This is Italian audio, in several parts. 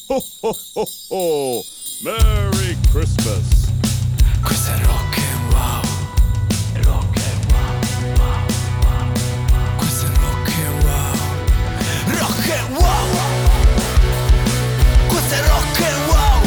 Ho ho ho ho! Merry Christmas! Questo è rock and wow. Rock and wow. Questo è rock and wow. Rock and wow. Questo è rock and wow.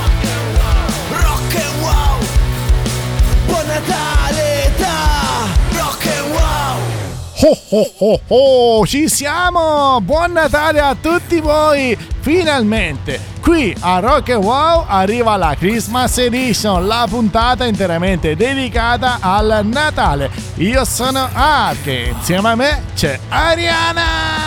Rock and wow. Buon Natale da rock and wow. Oh oh oh oh, ci siamo! Buon Natale a tutti voi! Finalmente, qui a Rock and Wow arriva la Christmas Edition, la puntata interamente dedicata al Natale. Io sono Ark e insieme a me c'è Ariana!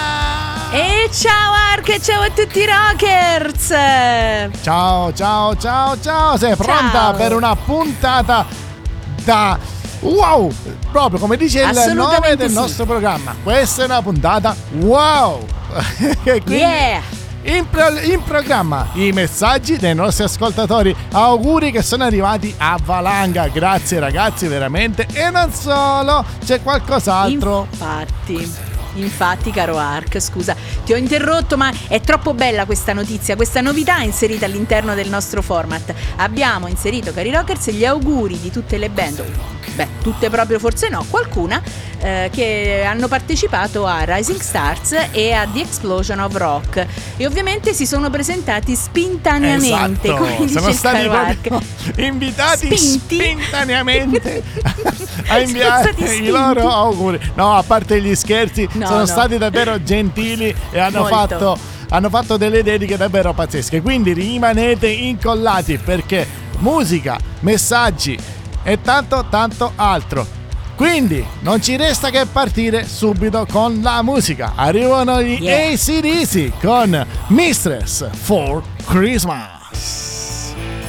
E ciao Ark e ciao a tutti i rockers! Ciao ciao ciao ciao! Sei pronta Ciao. per una puntata da wow! Proprio come dice il nome del sì. nostro programma. Questa è una puntata wow! E quindi Yeah! in programma i messaggi dei nostri ascoltatori, auguri che sono arrivati a valanga, grazie ragazzi veramente, e non solo, c'è qualcos'altro. Infatti caro Ark, scusa, ti ho interrotto, ma è troppo bella questa notizia, questa novità inserita all'interno del nostro format. Abbiamo inserito, cari rockers, gli auguri di tutte le band, beh, tutte proprio forse no, qualcuna che hanno partecipato a Rising Stars e a The Explosion of Rock, e ovviamente si sono presentati spintaneamente, esatto, come dice sono il stati caro Ark. proprio invitati Spinti. spintaneamente a inviare Sono stati i loro auguri. No, a parte gli scherzi, No, sono no. stati davvero gentili e hanno Molto. fatto delle dediche davvero pazzesche. Quindi rimanete incollati perché musica, messaggi e tanto tanto altro. Quindi non ci resta che partire subito con la musica. Arrivano gli Yeah. AC/DC con Mistress for Christmas.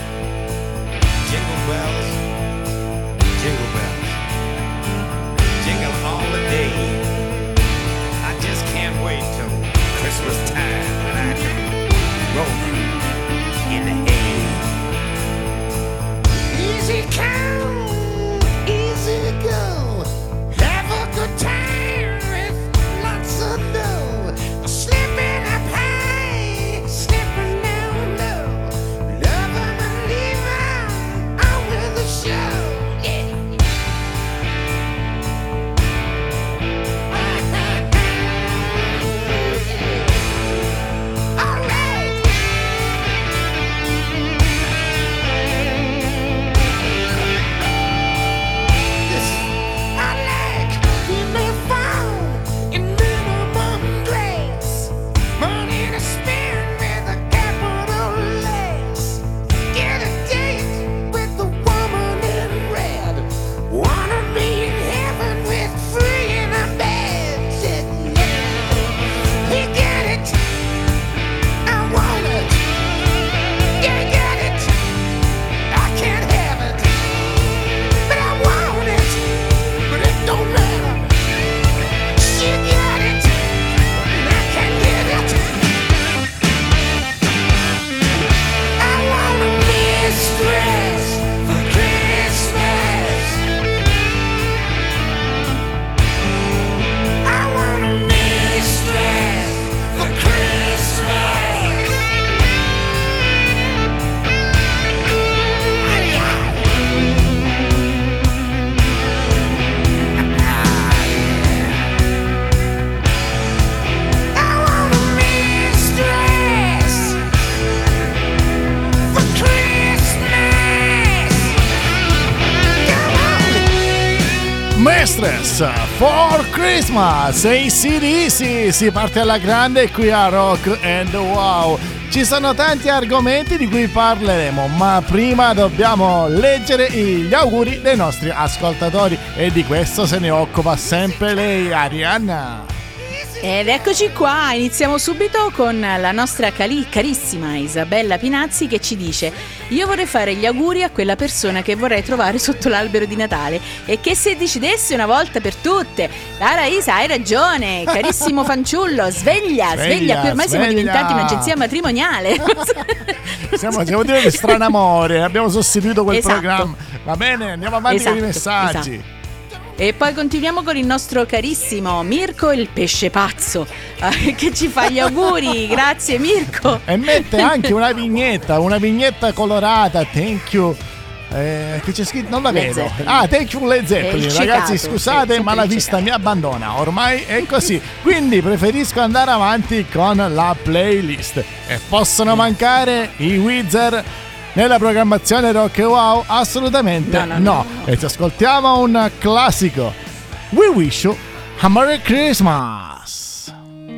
Jingle bells, jingle bells, jingle all the day. I just can't wait till Christmas time when I can roll in the hay. Easy come, easy go. Have a good time with lots of dough. Slipping up high, slipping down low. Love 'em and leave 'em on with the show. Yeah. All right. I like uniform in minimum dress, money to spend with a capital S. Get a date with the woman in red. Wanna be in heaven with free in a bed. Said yeah, he get it. I want it. You get it. I can't have it, but I want it. But it don't matter. She got it, and I can't get it. I want a mistress for Christmas. I want a mistress for Christmas. I want a mistress for Christmas. Come on. Mistress for Christmas, AC/DC, si parte alla grande qui a Rock and Wow. Ci sono tanti argomenti di cui parleremo, ma prima dobbiamo leggere gli auguri dei nostri ascoltatori e di questo se ne occupa sempre lei, Arianna. Ed eccoci qua, iniziamo subito con la nostra carissima Isabella Pinazzi, che ci dice: io vorrei fare gli auguri a quella persona che vorrei trovare sotto l'albero di Natale e che se decidesse una volta per tutte. Cara Isa, hai ragione, carissimo fanciullo, sveglia, qui ormai siamo sveglia. diventati un'agenzia matrimoniale. Siamo dire di Stranamore, abbiamo sostituito quel Esatto. programma. Va bene, andiamo avanti con i Esatto, messaggi. esatto. E poi continuiamo con il nostro carissimo Mirko il pesce pazzo, che ci fa gli auguri. Grazie Mirko. E mette anche una vignetta colorata. Thank you. Che c'è scritto? Non la Led vedo. Zeppelin. Thank you Led Zeppelin. È Ragazzi, ciecato, scusate, sì, ma la sempre vista ciecato. mi abbandona. Ormai è così. Quindi preferisco andare avanti con la playlist. E possono mancare i Wizard nella programmazione Rock and Wow? Assolutamente no. E ci ascoltiamo un classico. We wish you a Merry Christmas.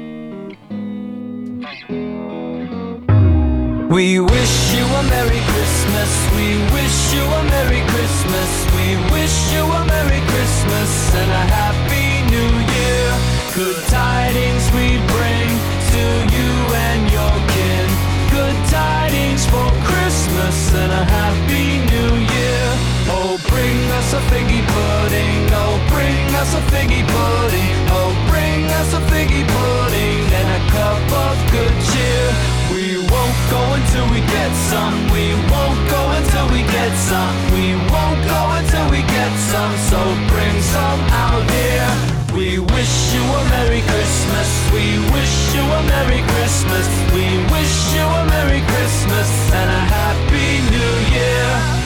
We wish you a Merry Christmas. We wish you a Merry Christmas. We wish you a Merry Christmas and a Happy New Year. Good tidings we bring to you and your kin. Good tidings for Christmas and a Happy New Year. Oh, bring us a figgy pudding. Oh, bring us a figgy pudding. Oh, bring us a figgy pudding and a cup of good cheer. We won't go until we get some. We won't go until we get some. We won't go until we get some. So bring some out here. We wish you a Merry Christmas. We wish you a Merry Christmas. We wish you a Merry Christmas and a Happy New Year.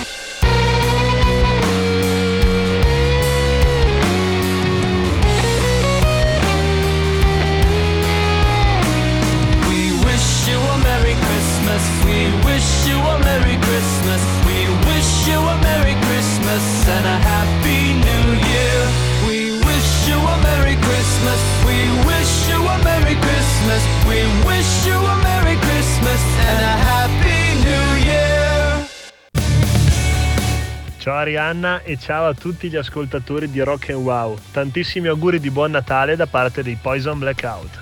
We wish you a Merry Christmas. We wish you a Merry Christmas. We wish you a Merry Christmas and a Happy New Year. We wish you a Merry Christmas. We wish you a Merry Christmas. We wish you a Merry Christmas and a Happy New Year. Ciao Arianna e ciao a tutti gli ascoltatori di Rock and Wow. Tantissimi auguri di buon Natale da parte dei Poison Blackout.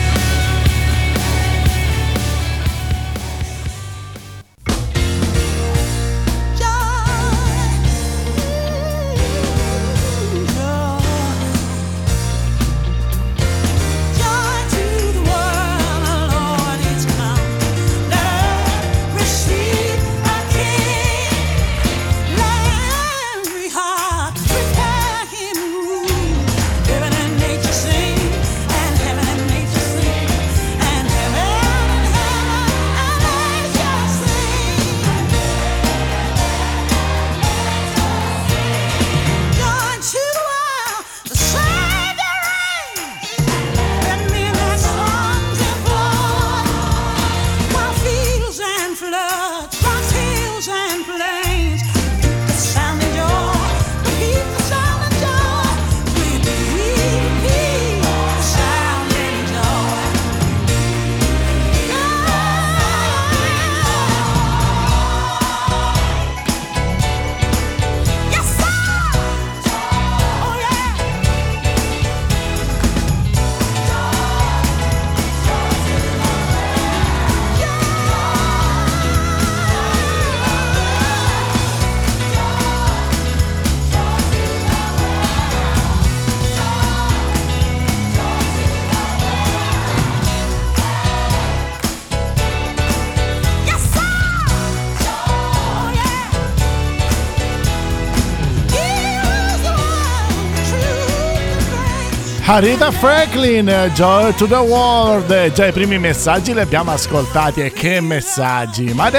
Aretha Franklin, Joy to the World. Già i primi messaggi li abbiamo ascoltati, e che messaggi. Ma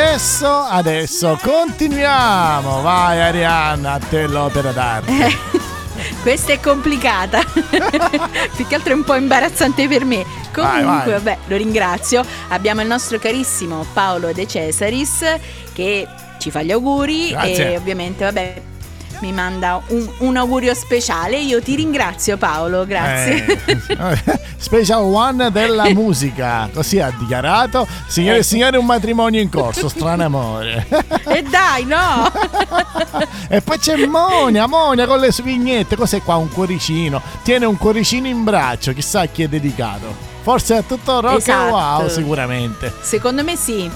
adesso continuiamo. Vai Arianna, a te l'opera d'arte. Questa è complicata. Più che altro è un po' imbarazzante per me. Comunque, vai. vabbè, lo ringrazio. Abbiamo il nostro carissimo Paolo De Cesaris che ci fa gli auguri. Grazie. E ovviamente, vabbè, mi manda un augurio speciale. Io ti ringrazio Paolo, grazie. Special one della musica, così ha dichiarato. Signore e signori, un matrimonio in corso, strano amore. E dai, no. E poi c'è Monia con le sue vignette. Cos'è qua? Un cuoricino. Tiene un cuoricino in braccio, chissà a chi è dedicato. Forse a tutto Rock and Wow, sicuramente. Secondo me sì.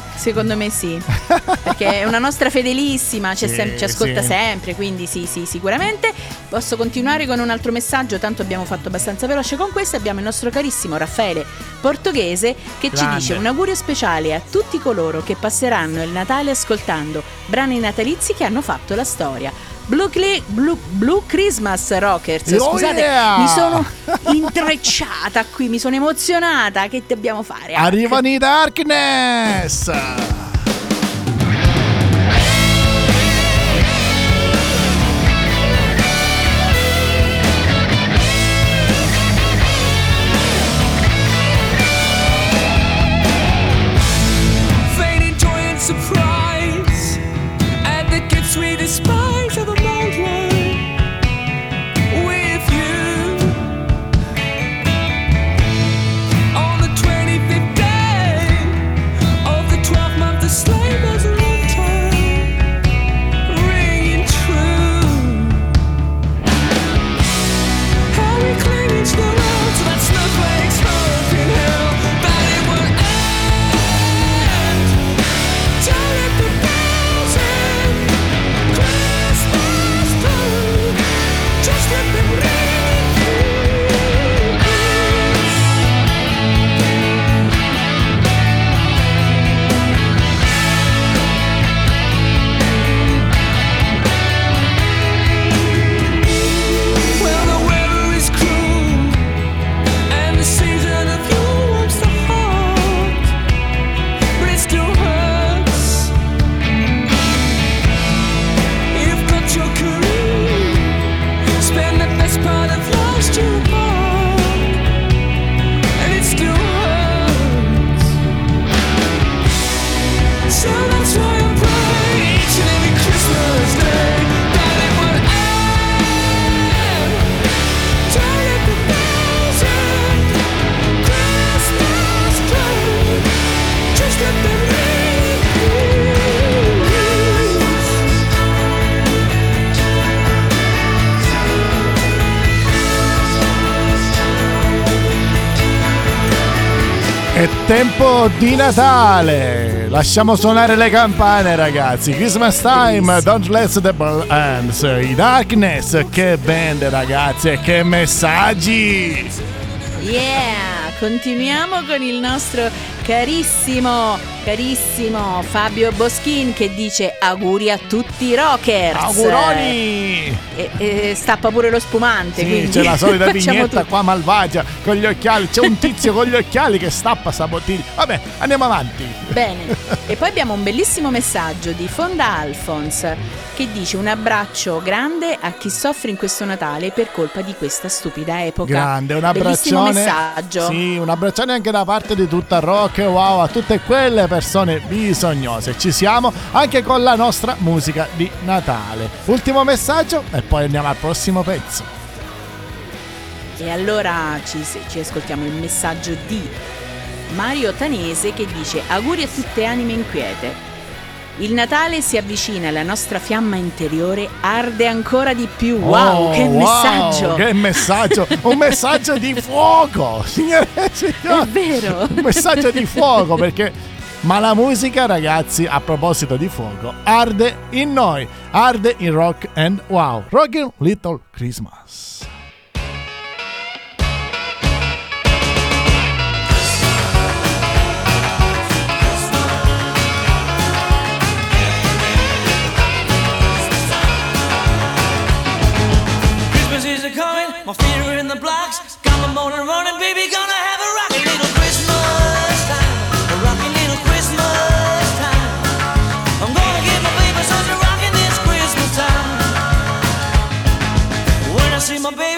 Perché è una nostra fedelissima, ci ascolta sempre, quindi sì, sicuramente. Posso continuare con un altro messaggio, tanto abbiamo fatto abbastanza veloce con questo. Abbiamo il nostro carissimo Raffaele Portoghese che Grande. ci dice: un augurio speciale a tutti coloro che passeranno il Natale ascoltando brani natalizi che hanno fatto la storia. Blue Christmas Rockers. Oh, Scusate, yeah! mi sono intrecciata qui, mi sono emozionata. Che dobbiamo fare? Arrivano i Darkness. Fading joy and surprise, and the gifts we despise of a old one with you. On the 25th day of the 12th month, the sleigh bells are on time, ringing true. How we cling each other to that snowflake's hope in hell, that it will end. Don't let the bells end. Christmas time, just let them ring through. Well, the weather is cruel, and the season of you warms the heart, but it still hurts. You've got your career, spend the best part of last year apart, and it still hurts. So that's why I pray each and every Christmas day that it would end. Don't let the bells end. Christmas time, just let them ring through. È tempo di Natale. Lasciamo suonare le campane, ragazzi. Christmas time, don't let the bell end. I Darkness, che band, ragazzi, e che messaggi. Yeah, continuiamo con il nostro carissimo Fabio Boschin che dice auguri a tutti i rockers. Auguroni! E stappa pure lo spumante. Sì, quindi c'è la solita facciamo vignetta tutto. qua malvagia con gli occhiali. C'è un tizio con gli occhiali che stappa sta bottiglia. Vabbè, andiamo avanti. Bene, e poi abbiamo un bellissimo messaggio di Fonda Alphonse che dice un abbraccio grande a chi soffre in questo Natale per colpa di questa stupida epoca. Grande, un Bellissimo abbraccione. messaggio. Sì, un abbraccione anche da parte di tutta Rock Wow a tutte quelle persone bisognose. Ci siamo anche con la nostra musica di Natale. Ultimo messaggio e poi andiamo al prossimo pezzo. E allora ci ascoltiamo il messaggio di Mario Tanese che dice auguri a tutte anime inquiete. Il Natale si avvicina e la nostra fiamma interiore arde ancora di più. Wow, che messaggio! Che messaggio! Un messaggio di fuoco, signore e signori! È vero! Un messaggio di fuoco perché... Ma la musica, ragazzi, a proposito di fuoco, arde in noi, arde in Rock and Wow. Rockin' Little Christmas. Christmas is a-coming, my feet are in the blocks. Got my motor running, baby, gonna have a rockin' little Christmas time. A rockin' little Christmas time. I'm gonna give my baby such a rockin' this Christmas time. When I see my baby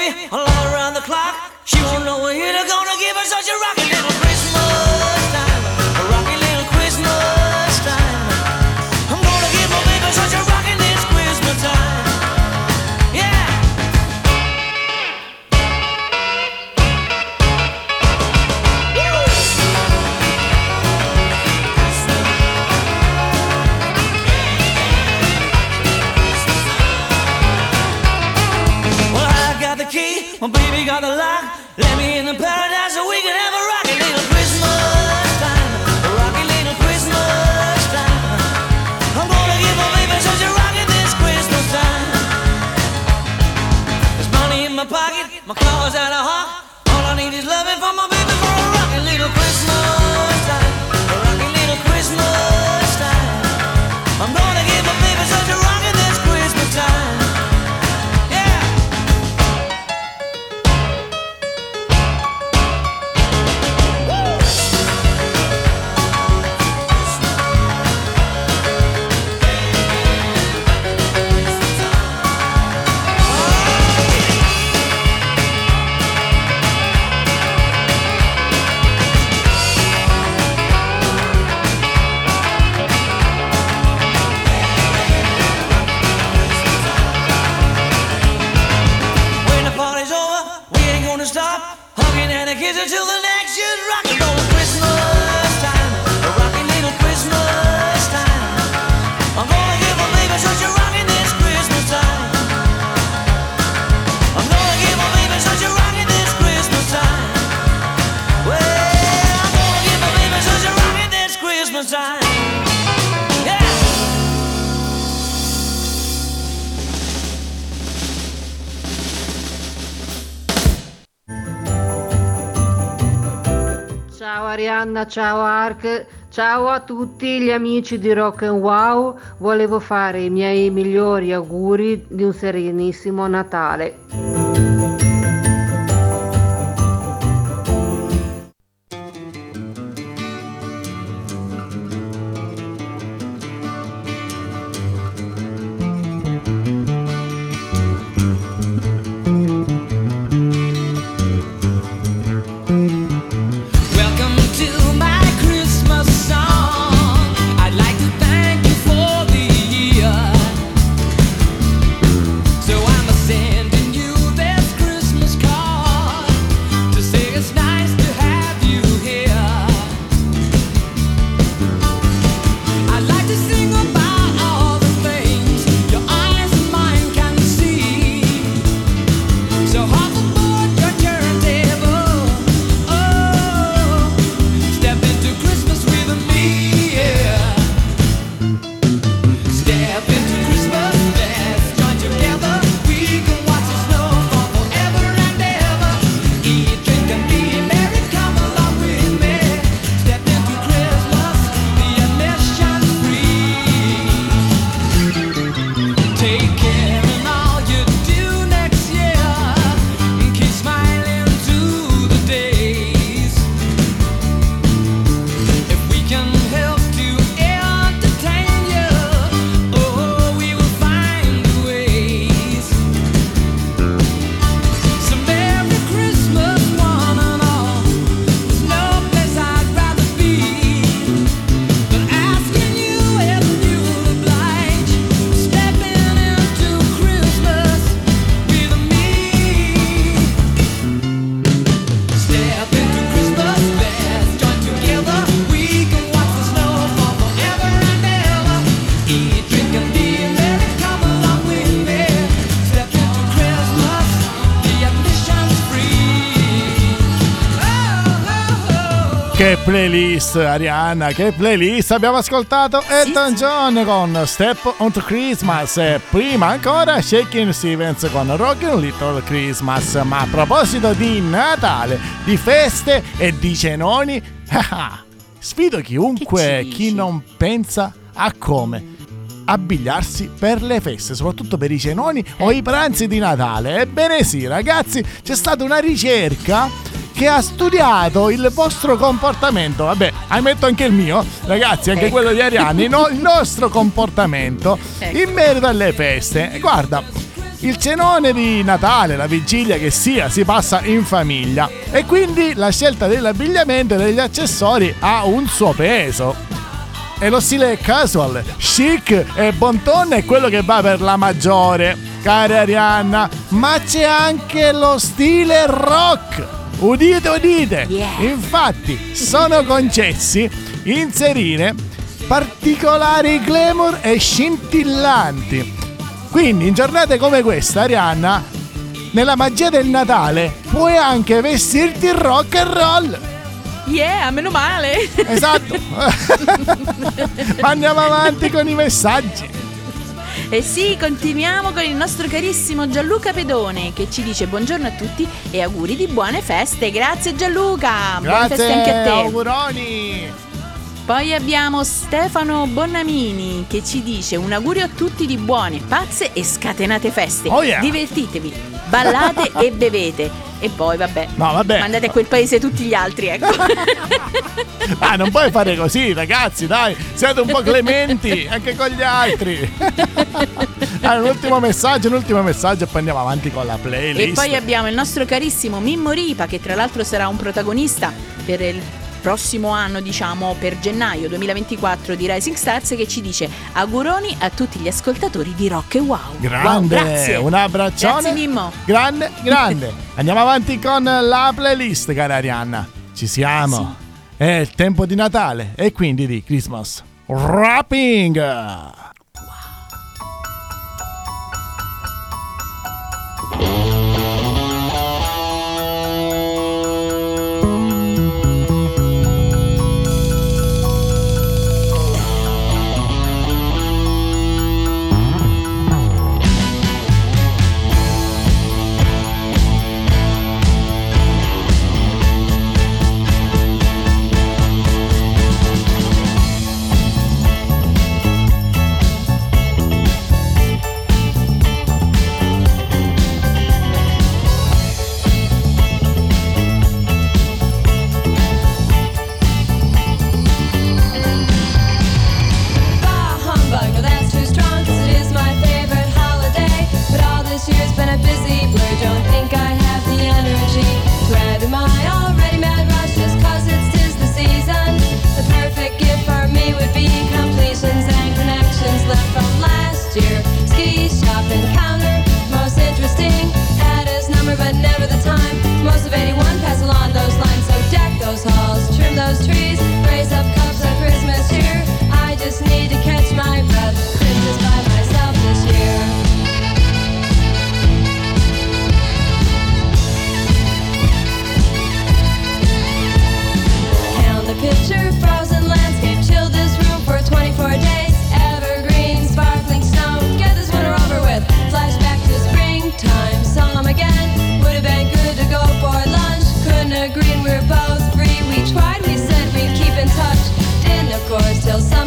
Arianna, ciao Ark, ciao a tutti gli amici di Rock and Wow. Volevo fare i miei migliori auguri di un serenissimo Natale. Welcome to my Christmas song. I'd like to thank you for the year. So I'm sending you this Christmas card to say it's nice to have you here. I'd like to sing about all the things your eyes and mine can see. So hop aboard your turntable. Oh, step into Christmas with me, yeah. Step into Christmas, let's join together. We can watch the snow fall forever and ever. Eat, drink, and be merry. Come along with me. Step into Christmas, the admission's free. Take care in all you do next year. Keep smiling through the days. If we can help to entertain you, oh, we will find ways. So Merry Christmas, one and all. There's no place I'd rather be than asking you if you'll oblige stepping into Christmas with me. Step into Christmas, let's join together. We can watch the snow fall forever and ever. Eat, drink, and be merry. Come along with me. Step into Christmas, the admission's free. Oh, oh, oh. Che playlist, Arianna, che playlist. Abbiamo ascoltato Elton John con Step on Christmas e prima ancora Shakin' Stevens con Rockin' Little Christmas. Ma a proposito di Natale, di feste e di cenoni, sfido chiunque, Che ci chi dici? non pensa a come abbigliarsi per le feste, soprattutto per i cenoni o i pranzi di Natale. Ebbene sì, ragazzi, c'è stata una ricerca che ha studiato il vostro comportamento. Vabbè, ammetto anche il mio, ragazzi, anche quello di Arianna, il nostro comportamento in merito alle feste. E guarda, il cenone di Natale, la vigilia che sia, si passa in famiglia e quindi la scelta dell'abbigliamento e degli accessori ha un suo peso. E lo stile casual, chic e bon ton è quello che va per la maggiore, cara Arianna, ma c'è anche lo stile rock. Udite, udite! Yeah. Infatti sono concessi inserire particolari glamour e scintillanti. Quindi in giornate come questa, Arianna, nella magia del Natale puoi anche vestirti rock and roll. Yeah, meno male. Esatto. Ma andiamo avanti con i messaggi. E sì, continuiamo con il nostro carissimo Gianluca Pedone che ci dice buongiorno a tutti e auguri di buone feste. Grazie Gianluca, buone feste anche a te. Auguroni. Poi abbiamo Stefano Bonnamini che ci dice un augurio a tutti di buone, pazze e scatenate feste. Oh yeah. Divertitevi, ballate e bevete. E poi vabbè, No, vabbè. mandate a quel paese tutti gli altri, ecco. Ah, non puoi fare così, ragazzi, dai, siete un po' clementi anche con gli altri. Allora, un ultimo messaggio e poi andiamo avanti con la playlist. E poi abbiamo il nostro carissimo Mimmo Ripa che tra l'altro sarà un protagonista per il prossimo anno, diciamo per gennaio 2024 di Rising Stars, che ci dice auguroni a tutti gli ascoltatori di Rock e Wow. Grande, Wow, grazie. un abbraccione. Grazie Mimmo. Grande, grande. Andiamo avanti con la playlist, cara Arianna. Ci siamo. È il tempo di Natale e quindi di Christmas wrapping.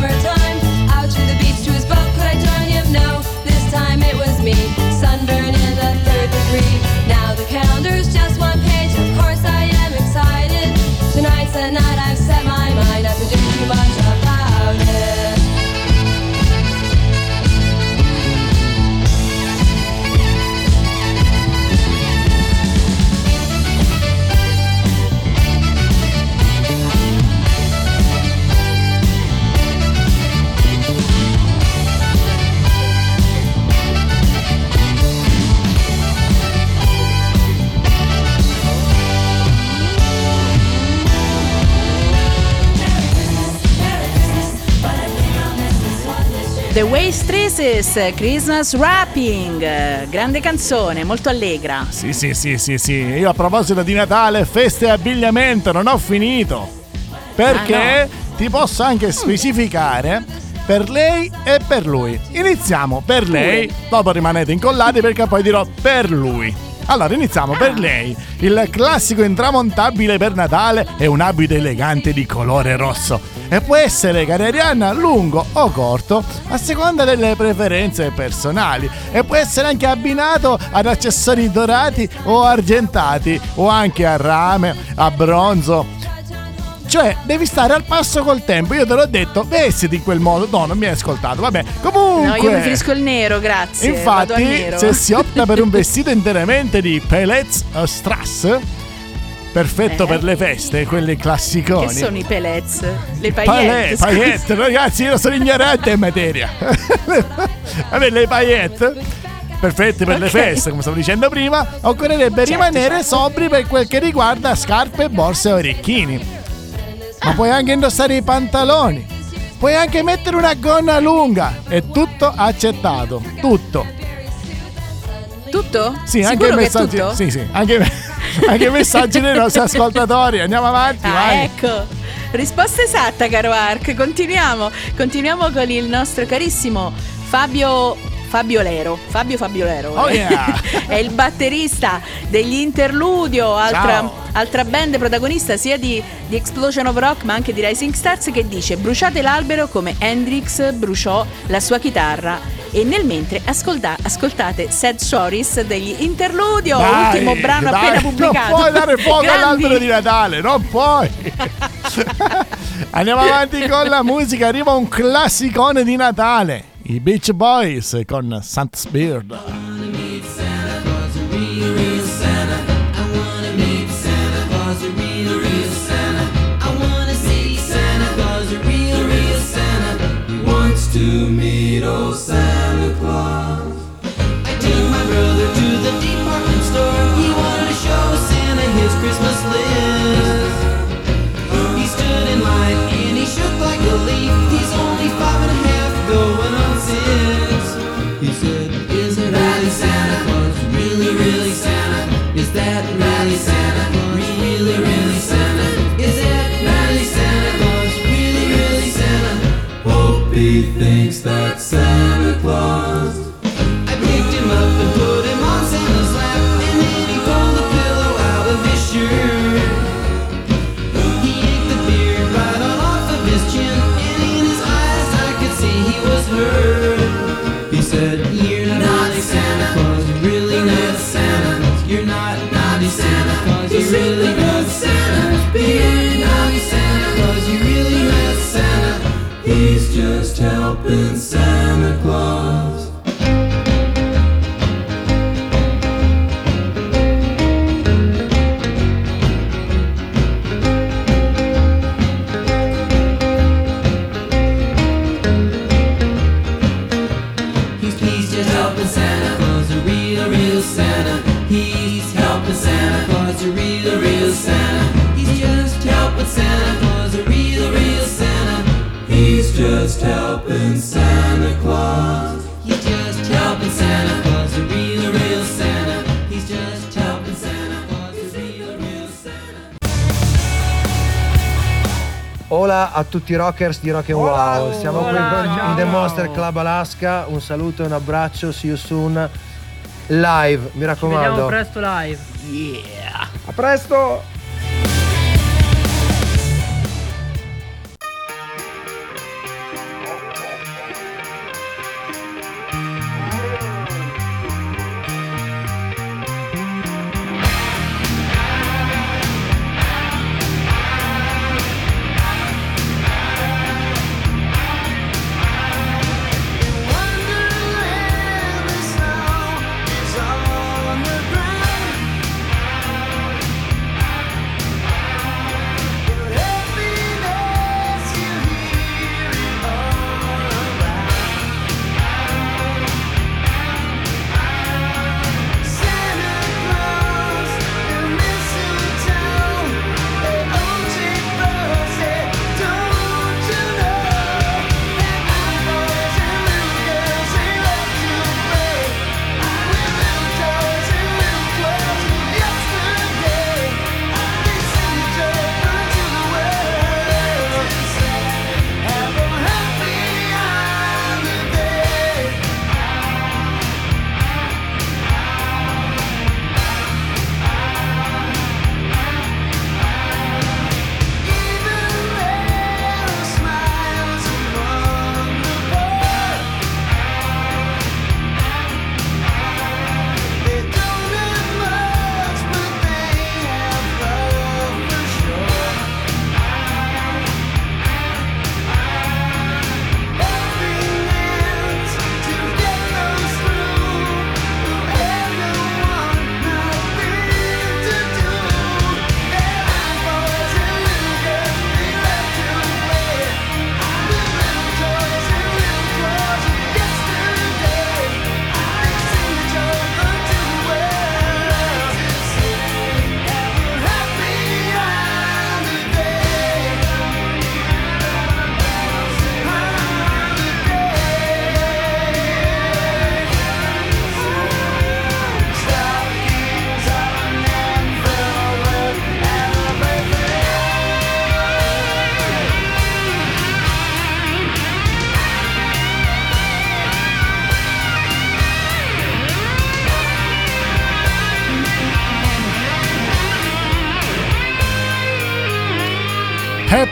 summertime. Out to the beach to his boat, could I join him? No, this time it was me. Sunburn in the 3rd degree. Now the calendar's just one page. Of course I am excited. Tonight's the night I've set my mind not to do too much about it. The Waste Traces, Christmas Wrapping, grande canzone, molto allegra. Sì. Io a proposito di Natale, feste e abbigliamento non ho finito. Perché ti posso anche specificare per lei e per lui. Iniziamo per lei, dopo rimanete incollati perché poi dirò per lui. Allora iniziamo per lei. Il classico intramontabile per Natale è un abito elegante di colore rosso. E può essere, cara Arianna, lungo o corto, a seconda delle preferenze personali. E può essere anche abbinato ad accessori dorati o argentati, o anche a rame, a bronzo. Cioè, devi stare al passo col tempo. Io te l'ho detto, vestiti in quel modo. No, non mi hai ascoltato. Vabbè, comunque. No, io preferisco il nero, grazie. Vado al Infatti, nero. se si opta per un vestito interamente di pellets o strass, perfetto per le feste, quelle classiconi. Che sono i pellets? Le paillette? Paillette, ragazzi, io sono ignorante in materia. Vabbè, le paillette perfette per le feste, come stavo dicendo prima. Occorrerebbe rimanere sobri per quel che riguarda scarpe, borse e orecchini. Ma puoi anche indossare i pantaloni, puoi anche mettere una gonna lunga. È tutto accettato, tutto. Tutto? Sì, Sicuro anche i che è messaggi. tutto? Sì, anche i messaggi dei nostri ascoltatori. Andiamo avanti, vai. Ecco, risposta esatta, caro Ark. Continuiamo con il nostro carissimo Fabio Lero. Oh yeah. È il batterista degli Interludio, altra band protagonista sia di Explosion of Rock ma anche di Rising Stars, che dice: bruciate l'albero come Hendrix bruciò la sua chitarra. E nel mentre ascoltate Sad Stories degli Interludio, ultimo brano appena pubblicato. Non puoi dare fuoco Grandi. all'albero di Natale, non puoi. Andiamo avanti con la musica, arriva un classicone di Natale, i Beach Boys con Santa's Beard. To meet old Santa Claus. I took my brother to the department store. He wanted to show Santa his Christmas list. He stood in line and he shook like a leaf. He's only 5.5, going on 6. He said, is it really Santa Claus? Really, really Santa? Is that really Santa Claus? Really, really Santa? Is that really Santa Claus? Really, really Santa? Hope he thinks that's Santa Claus. I picked him up and put him on Santa's lap, and then he pulled the pillow out of his shirt. He yanked the beard right on off of his chin, and in his eyes I could see he was hurt. He said, you're not naughty Santa Claus, you're really not Santa Claus. You're not naughty Santa Claus, you're really not Santa's beard. Naughty Santa Claus, you're really not Santa. He's just helping Santa Claus. He's just helping Santa Claus, a real, real Santa. He's helping Santa Claus, a real, real Santa. He's just helping Santa Claus, a real, real Santa. He's just helping Santa Claus. He's just helping Santa Claus, a real, real Santa. He's just helping Santa Claus, a real, real Santa. Hola a tutti i rockers di Rock and Wow. Siamo qui in The Monster Club Alaska. Un saluto e un abbraccio. See you soon. Live, mi raccomando. Ci vediamo presto live. Yeah. A presto.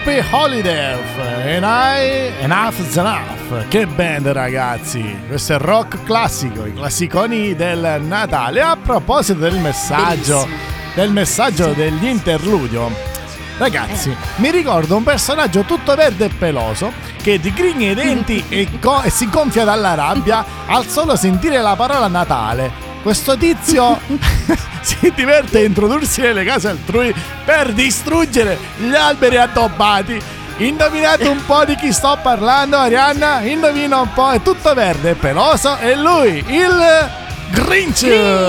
Happy Holiday Enough's Enough. Che band, ragazzi, questo è rock classico, i classiconi del Natale. A proposito del messaggio dell'interludio, ragazzi, mi ricordo un personaggio tutto verde e peloso che digrigna i denti e si gonfia dalla rabbia al solo sentire la parola Natale. Questo tizio si diverte a introdursi nelle case altrui per distruggere gli alberi addobbati. Indovinate un po' di chi sto parlando, Arianna? Indovina un po', è tutto verde e peloso, è lui, il Grinch.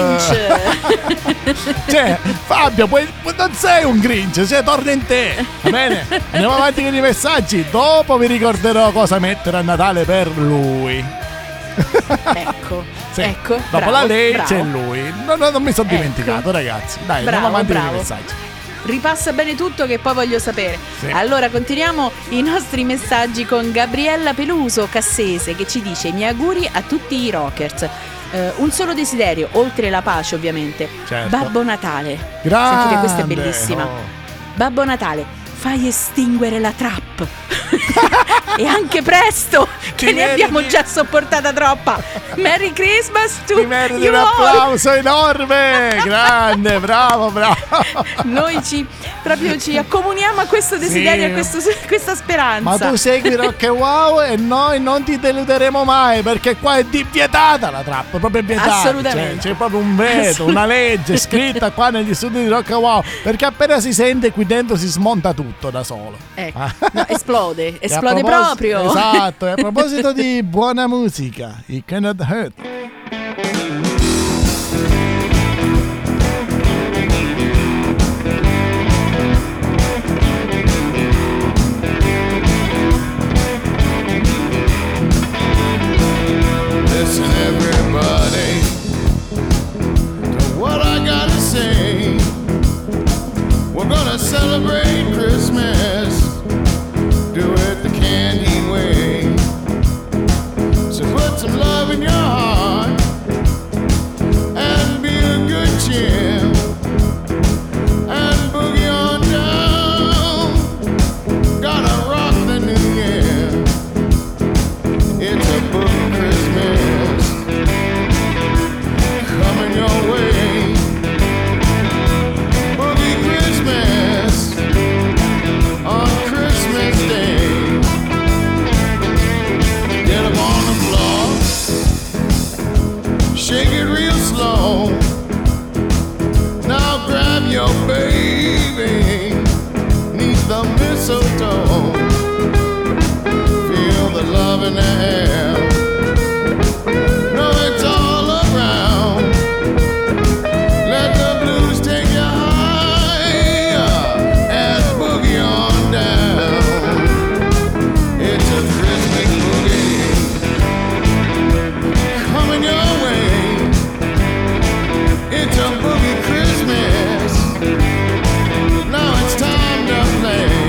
Cioè, Fabio, non sei un Grinch, torna in te. Va bene? Andiamo avanti con i messaggi. Dopo vi ricorderò cosa mettere a Natale per lui. Ecco, Sì. ecco. Dopo bravo, la lei bravo. c'è lui. Non mi sono dimenticato, ragazzi. Dai, Bravo, andiamo avanti con i bravo. messaggi. Ripassa bene tutto che poi voglio sapere. Sì. Allora continuiamo i nostri messaggi con Gabriella Peluso Cassese che ci dice: miei auguri a tutti i rockers. Un solo desiderio, oltre la pace ovviamente. Certo. Babbo Natale. Grande. Sentite, questa è bellissima. Oh. Babbo Natale, fai estinguere la trap. E anche presto, che ne meriti- abbiamo già sopportata troppa. Merry Christmas to Ti meriti you un all. applauso enorme. Grande, bravo. Noi ci accomuniamo a questo desiderio, Sì. a questa speranza. Ma tu segui Rock and Wow e noi non ti deluderemo mai, perché qua è vietata la trappa, proprio vietata. Assolutamente. C'è proprio un veto, una legge scritta qua negli studi di Rock and Wow, perché appena si sente qui dentro si smonta tutto da solo. Ecco, Ah. no, esplode E a proprio. Esatto, e a proposito di buona musica, You Cannot Hurt. Listen, everybody, to what I gotta say. We're gonna celebrate Christmas, do it the candy way. So put some love in your heart and be a good cheer and boogie on down. Gotta rock the new year. It's a boogie Christmas coming your way. Boogie Christmas on Christmas Day. Get up on the floor, shake it real slow. Now grab your baby, neath the mistletoe. Feel the love in the air. No, it's all around. Let the blues take you higher and boogie on down. It's a Christmas boogie coming your way. It's a boogie Christmas. Now it's time to play.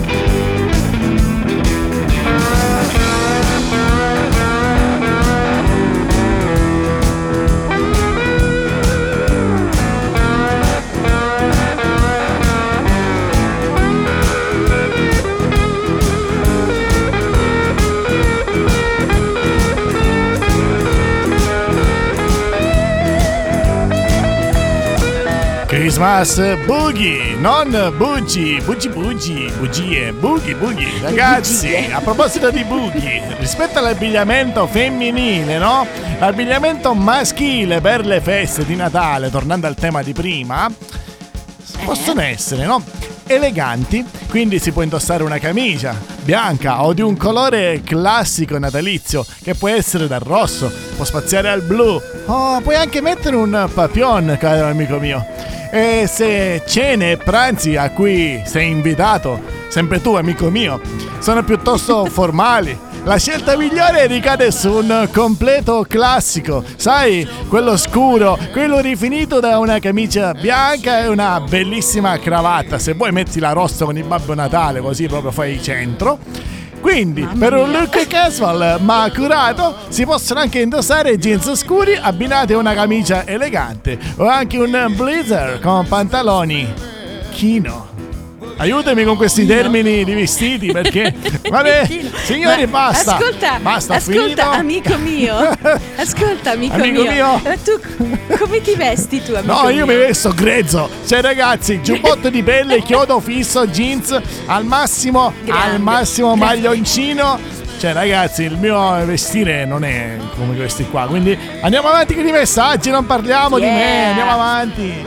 Christmas Boogie, non bugie, bugie, boogie, ragazzi. Bugie. A proposito di boogie, rispetto all'abbigliamento femminile, no? L'abbigliamento maschile per le feste di Natale, tornando al tema di prima, possono essere, no? Eleganti, quindi si può indossare una camicia bianca o di un colore classico natalizio, che può essere dal rosso, può spaziare al blu. Oh, puoi anche mettere un papillon, caro amico mio. E se cene e pranzi a cui sei invitato, sempre tu amico mio, sono piuttosto formali, la scelta migliore ricade su un completo classico, sai, quello scuro, quello rifinito da una camicia bianca e una bellissima cravatta. Se vuoi metti la rossa con il Babbo Natale, così proprio fai centro. Quindi, per un look casual ma curato, si possono anche indossare jeans scuri abbinati a una camicia elegante o anche un blazer con pantaloni chino. Aiutami con questi termini di vestiti perché vabbè, signori, Ma basta. Ascolta, finito? amico mio. Ascolta, amico Amico mio. Tu come ti vesti tu, amico No, io mio? mi vesto grezzo. Cioè, ragazzi, giubbotto di pelle, chiodo fisso, jeans, al massimo Grande. maglioncino. Cioè, ragazzi, il mio vestire non è come questi qua. Quindi andiamo avanti con i messaggi, non parliamo di me, Yeah. andiamo avanti.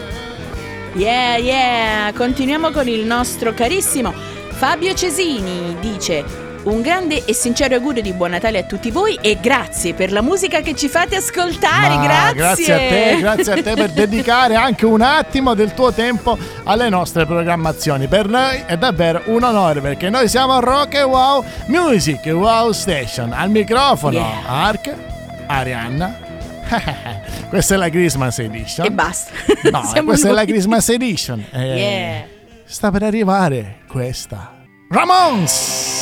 Yeah, continuiamo con il nostro carissimo Fabio Cesini. Dice: un grande e sincero augurio di buon Natale a tutti voi e grazie per la musica che ci fate ascoltare. Ma Grazie. grazie a te per dedicare anche un attimo del tuo tempo alle nostre programmazioni. Per noi è davvero un onore perché noi siamo Rock and Wow Music Wow Station. Al microfono Yeah. Ark, Arianna. Questa è la Christmas Edition. E basta. No, Siamo questa è noi. la Christmas Edition. Yeah. Sta per arrivare questa. Ramones!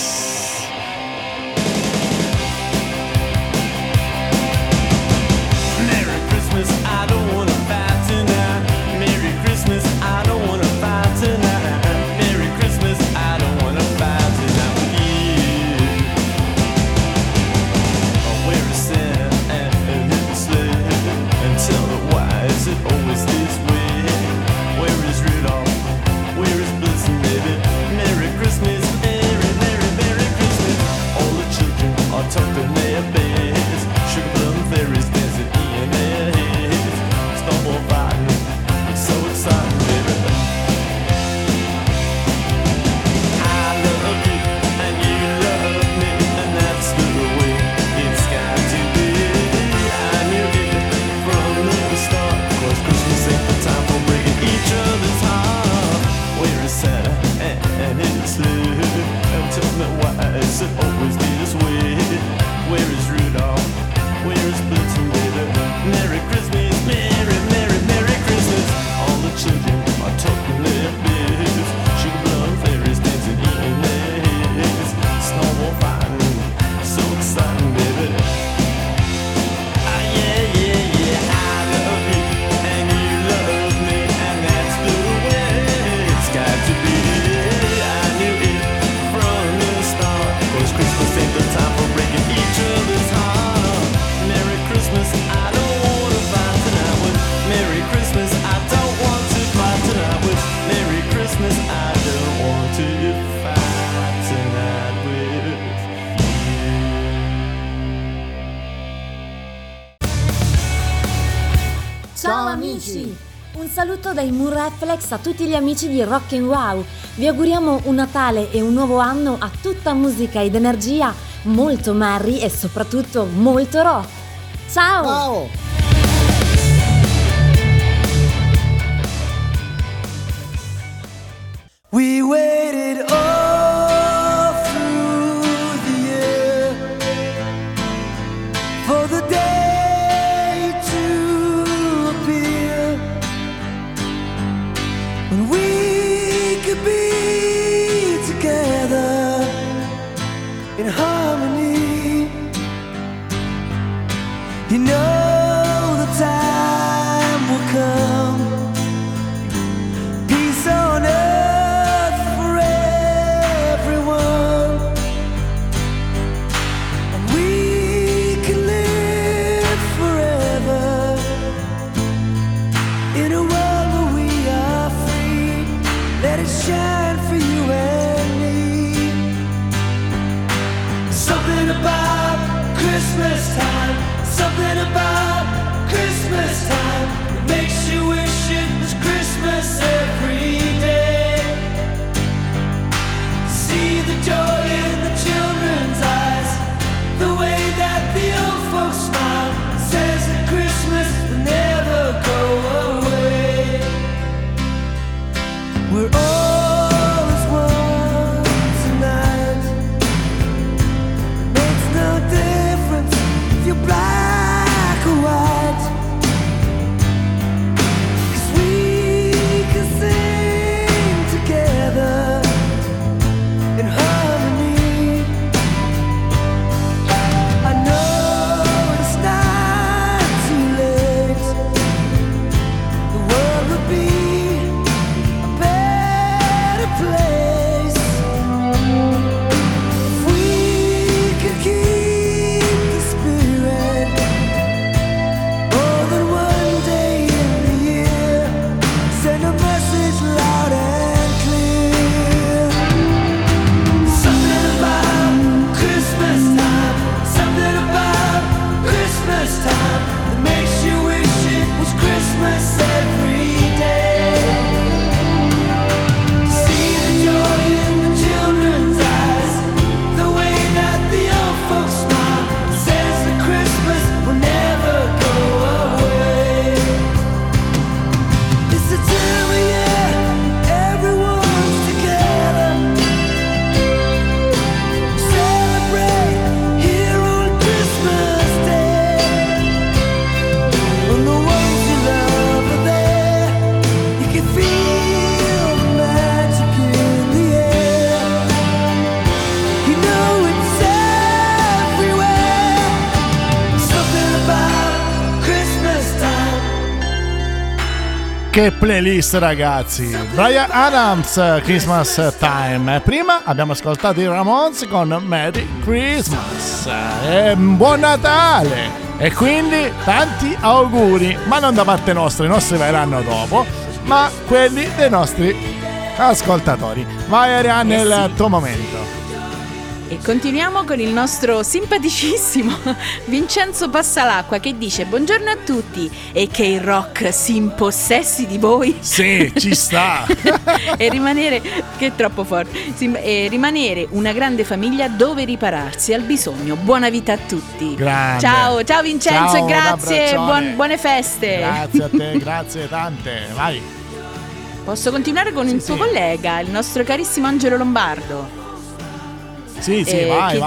Merry Christmas, I don't wanna fight tonight. Merry Christmas, I don't wanna fight tonight. Merry Christmas, I don't wanna fight tonight with you. Where is Santa and his sleigh? And tell me why is it always this way? Where is Rudolph? Where is Blitzen, baby? Merry Christmas, Merry, Merry, Merry Christmas. All the children are tucked in their beds. Sugar plum fairies dancing in their heads. Snowball fighting, it's so exciting, baby. I love you and you love me, and that's the way it's got to be. I knew it from the start, 'cause Christmas ain't the time for breaking each other's heart. Where is Santa and his sleigh? And tell me why is it always this way? Where is Rudolph? Where is Blitzen, baby? Merry Christmas, Merry, Merry, Merry Christmas. All the children are talking their beds. Sugar plum fairies dancing in their heads. Snowball fighting, so exciting, baby. Ah, yeah, yeah, yeah, I love you and you love me, and that's the way it's got to be. I knew it from the start, 'cause Christmas ain't the time for breaking each other's heart. Merry Christmas, I don't wanna fight tonight with. Merry Christmas, I don't want to fight tonight with. Merry Christmas, I don't want to fight tonight with you. Ciao amici! Un saluto dai Moon Reflex a tutti gli amici di Rock and Wow. Vi auguriamo un Natale e un nuovo anno a tutta musica ed energia, molto merry e soprattutto molto rock. Ciao! We waited all through the year for the day to appear when we could be together in harmony. You know the time will come, peace on earth for everyone, and we can live forever in a world where we are free. Let it shine for you and me. Something about Christmas time, something about Christmas time that makes you wish it was Christmas every day. See the joy in the children's eyes, the way that the old folks smile, says that Christmas will never go away. We're all as one tonight. It makes no difference if che playlist, ragazzi. Bryan Adams, Christmas Time. Prima abbiamo ascoltato i Ramones con Merry Christmas e Buon Natale. E quindi tanti auguri, ma non da parte nostra, i nostri verranno dopo, ma quelli dei nostri ascoltatori. Vai Arianna, è il tuo momento. E continuiamo con il nostro simpaticissimo Vincenzo Passalacqua, che dice: buongiorno a tutti e che il rock si impossessi di voi. Sì, ci sta. E rimanere, che è troppo forte, e rimanere una grande famiglia dove ripararsi al bisogno. Buona vita a tutti. Grande. Ciao Vincenzo, Ciao, e un grazie, abbraccione. buone feste. Grazie a te, grazie tante. Vai. Posso continuare con il tuo collega, il nostro carissimo Angelo Lombardo. Sì, che vai.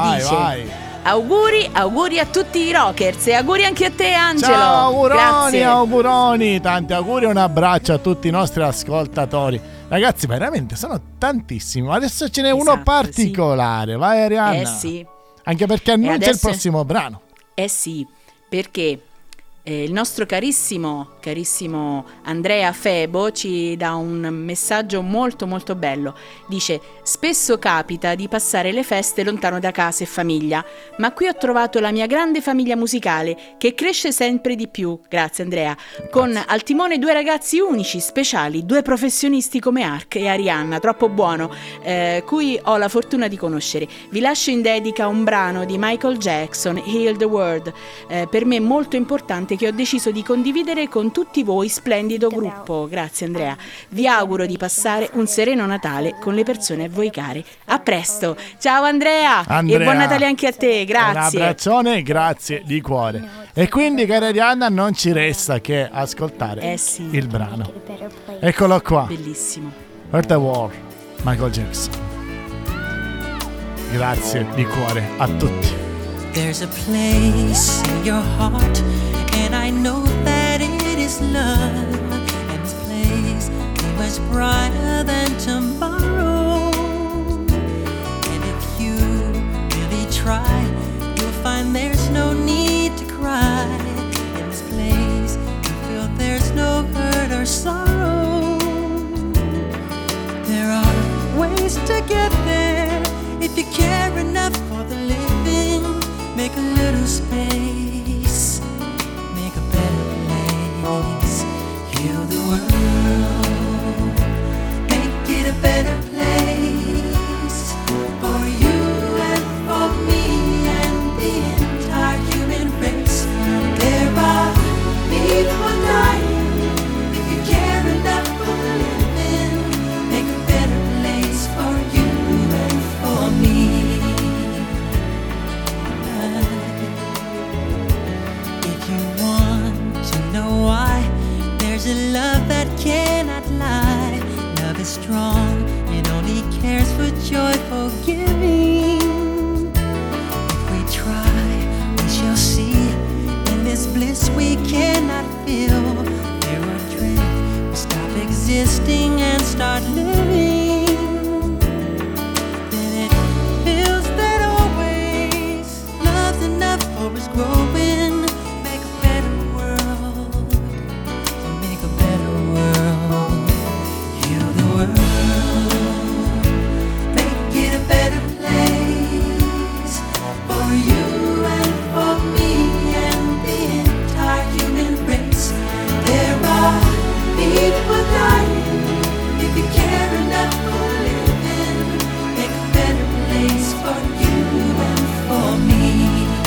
Auguri a tutti i rockers e auguri anche a te, Angelo. Ciao, Grazie. auguroni, tanti auguri e un abbraccio a tutti i nostri ascoltatori. Ragazzi, veramente sono tantissimi. Adesso ce n'è uno particolare. Vai Arianna. Sì. Anche perché annuncia il adesso- prossimo brano. Sì, perché il nostro carissimo Andrea Febo ci dà un messaggio molto molto bello. Dice: spesso capita di passare le feste lontano da casa e famiglia, ma qui ho trovato la mia grande famiglia musicale che cresce sempre di più, grazie Andrea, con al timone 2 ragazzi unici, speciali, 2 professionisti come Ark e Arianna, troppo buono, cui ho la fortuna di conoscere. Vi lascio in dedica un brano di Michael Jackson, Heal the World, per me molto importante, che ho deciso di condividere con tutti voi, splendido gruppo. Grazie Andrea. Vi auguro di passare un sereno Natale con le persone a voi care. A presto. Ciao Andrea. E buon Natale anche a te. Grazie. Un abbraccione, grazie di cuore. E quindi, cara Arianna, non ci resta che ascoltare il brano. Eccolo qua. Bellissimo. Earth the War, Michael Jackson. Grazie di cuore a tutti. There's a place in your heart, and I know that it is love. And this place is much brighter than tomorrow. And if you really try, you'll find there's no need to cry. In this place, you feel there's no hurt or sorrow. There are ways to get there if you care enough for the living. Make a little space, make a better place. Heal the world, make it a better place for you and for me and the entire human race. There are people dying. If you care enough for the living, make a better place for you and for me. If you want to know why, there's a love that cannot lie. Love is strong, it only cares for joyful giving. If we try, we shall see. In this bliss we cannot feel. There are dreams, we stop existing and start living. Then it feels that always love's enough for us growing. Make a better world, make a better world. Heal the world, make it a better place for you and for me and the entire human race. There are people dying. If you care enough for living, make a better place for you and for me.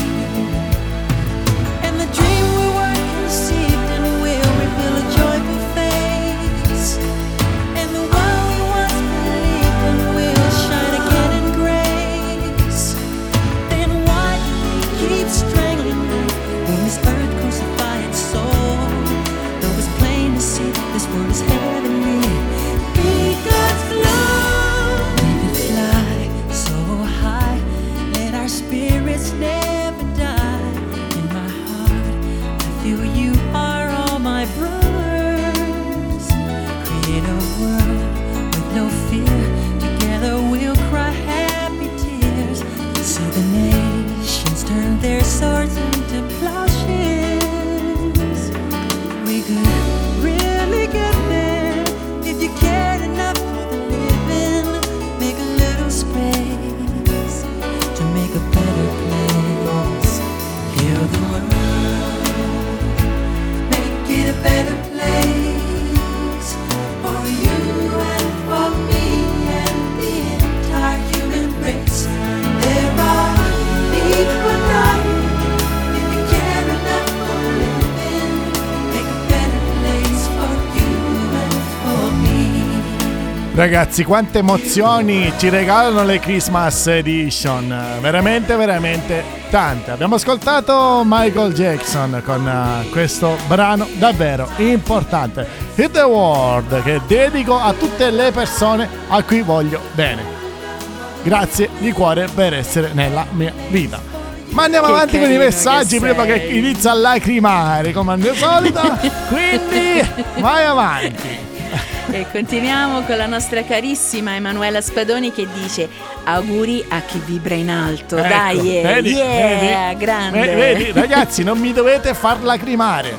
And the dream we were conceived and will reveal a joyful face. And the one we once believed in will shine again in grace. Then why keep strangling me when this earth crucified its soul? Though it's plain to see this world is heavenly. Be God's love. We could fly so high, let our spirits never die. In my heart, I feel you are all my brothers. Create a world with no fear. Together we'll cry happy tears. See the nations turn their swords into plowshares. We could really get there Ragazzi, quante emozioni ci regalano le Christmas Edition, veramente veramente tante. Abbiamo ascoltato Michael Jackson con questo brano davvero importante, Hit the World, che dedico a tutte le persone a cui voglio bene. Grazie di cuore per essere nella mia vita. Ma andiamo avanti con i messaggi prima che inizia a lacrimare come al solito. Quindi vai avanti. E continuiamo con la nostra carissima Emanuela Spadoni che dice: auguri a chi vibra in alto. Ecco, Dai, vedi, grande. Vedi, ragazzi, non mi dovete far lacrimare.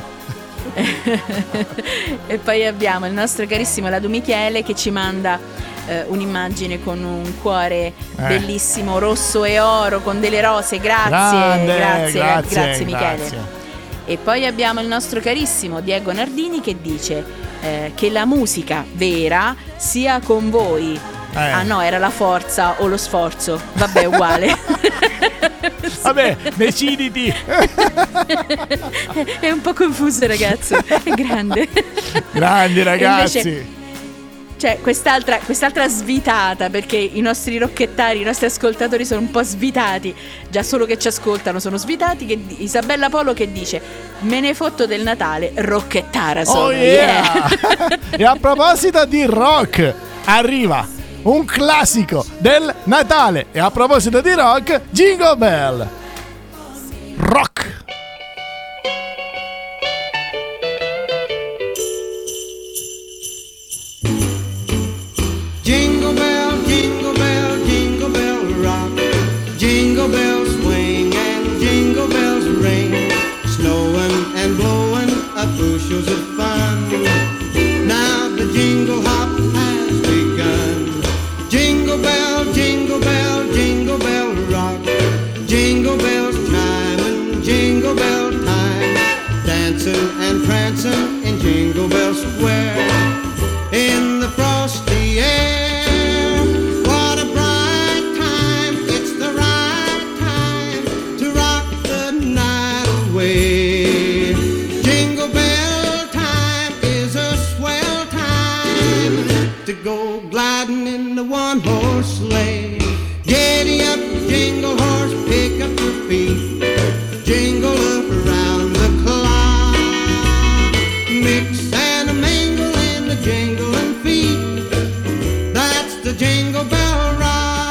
E poi abbiamo il nostro carissimo Ladu Michele che ci manda un'immagine con un cuore bellissimo rosso e oro con delle rose. Grazie Michele. E poi abbiamo il nostro carissimo Diego Nardini che dice che la musica vera sia con voi. Ah no, era la forza o lo sforzo. Vabbè, uguale. Vabbè, deciditi. È un po' confuso, ragazzo. È grande. Grandi ragazzi. Invece, cioè, quest'altra svitata, perché i nostri rocchettari, i nostri ascoltatori sono un po' svitati. Già solo che ci ascoltano sono svitati. Che Isabella Polo che dice: me ne fotto del Natale, rocchettara sono. Oh yeah. E a proposito di rock, arriva un classico del Natale. E a proposito di rock, Jingle Bell Rock. Jingle bell, jingle bell, jingle bell rock. Jingle bells swing and jingle bells ring. Snowing and blowing up bushels of fun. Now the jingle hop has begun. Jingle bell, jingle bell, jingle bell rock. Jingle bells chiming, jingle bell time. Dancing and prancing in Jingle Bell Square. In the frosty air, what a bright time. It's the right time to rock the night away. Jingle bell time is a swell time to go gliding in the one-horse sleigh. Giddy up, jingle horse, pick up your feet. Jingle around the clock. Mix and a mingle in the jingling feet. That's the Jingle Bell Rock.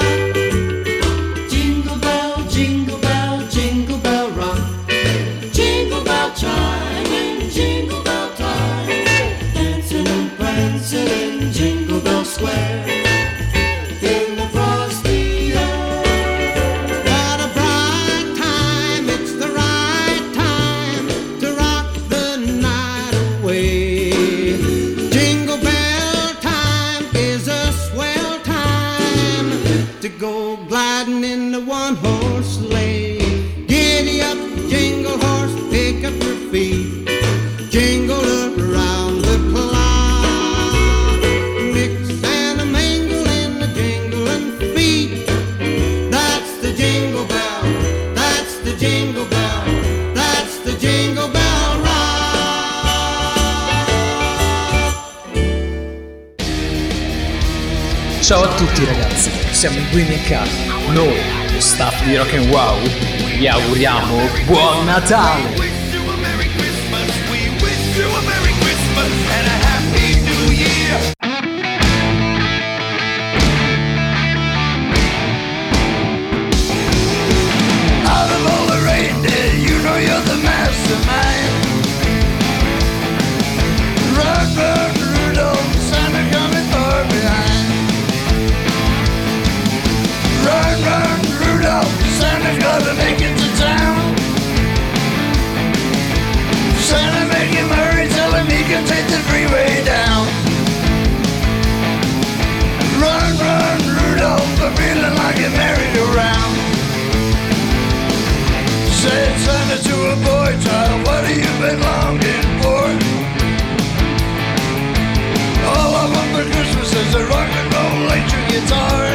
Jingle bell, jingle bell, jingle bell rock. Jingle bell chime and jingle bell time. Dancing and prancing in Jingle Bell Square. In the frosty air. What a bright time, it's the right time to rock the night away. Jingle bell time is a swell time to go gliding in the one-horse sleigh. Giddy up, jingle horse, pick up your feet. Jingle around the clock. Mix and a mingle in the jingling feet. That's the jingle bell. That's the jingle bell. That's the Jingle Bell Rock. Ciao a tutti ragazzi, siamo i Guimi e Carlo. Noi, lo staff di Rock and Wow, vi auguriamo buon Natale! Out of all the reindeer, you know you're the mastermind. Run, run, Rudolph, Santa coming far behind. Run, run, Rudolph, Santa's gotta make it to town. Santa, make him hurry, tell him he can take the freeway down. Run, run, Rudolph, I'm feeling like a merry-go-round. Said Santa to a boy child, what have you been longing for? All I want for Christmas is a rock and roll electric guitar.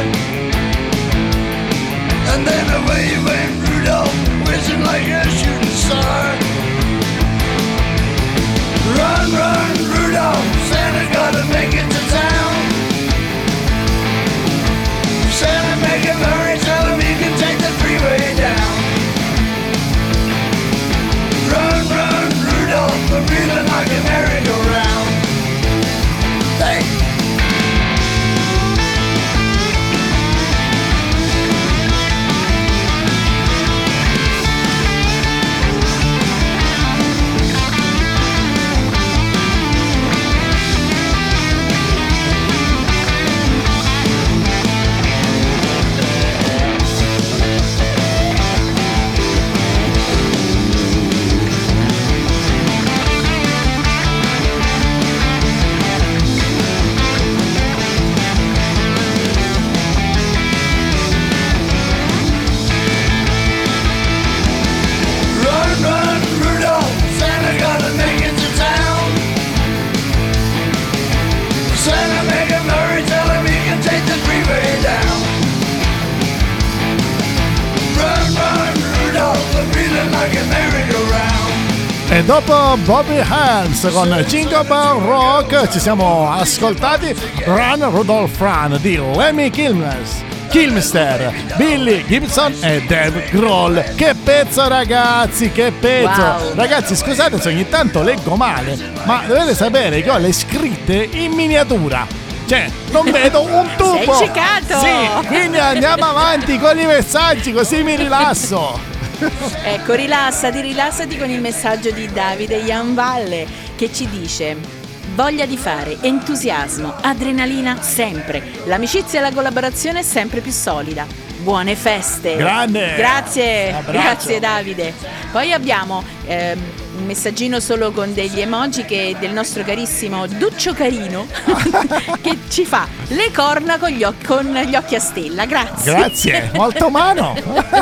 And then away went Rudolph, whizzing like a shooting star. Run, run, Rudolph, Santa's gotta make it to town. E dopo Bobby Helms con Jingle Bell Rock ci siamo ascoltati Run Rudolph Run di Lemmy Kilmister, Billy Gibson e Dave Grohl. Che pezzo ragazzi, che pezzo. Wow. Ragazzi scusate se ogni tanto leggo male, ma dovete sapere che ho le scritte in miniatura. Cioè, non vedo un tubo. Sei ciecato. Sì, quindi andiamo avanti con i messaggi così mi rilasso. Ecco, rilassati con il messaggio di Davide Ianvalle che ci dice: voglia di fare, entusiasmo, adrenalina sempre. L'amicizia e la collaborazione è sempre più solida. Buone feste. Grande. Grazie, Abbraccio. grazie Davide. Poi abbiamo un messaggino solo con degli emoji del nostro carissimo Duccio Carino che ci fa le corna con gli occhi a stella. Grazie, molto umano.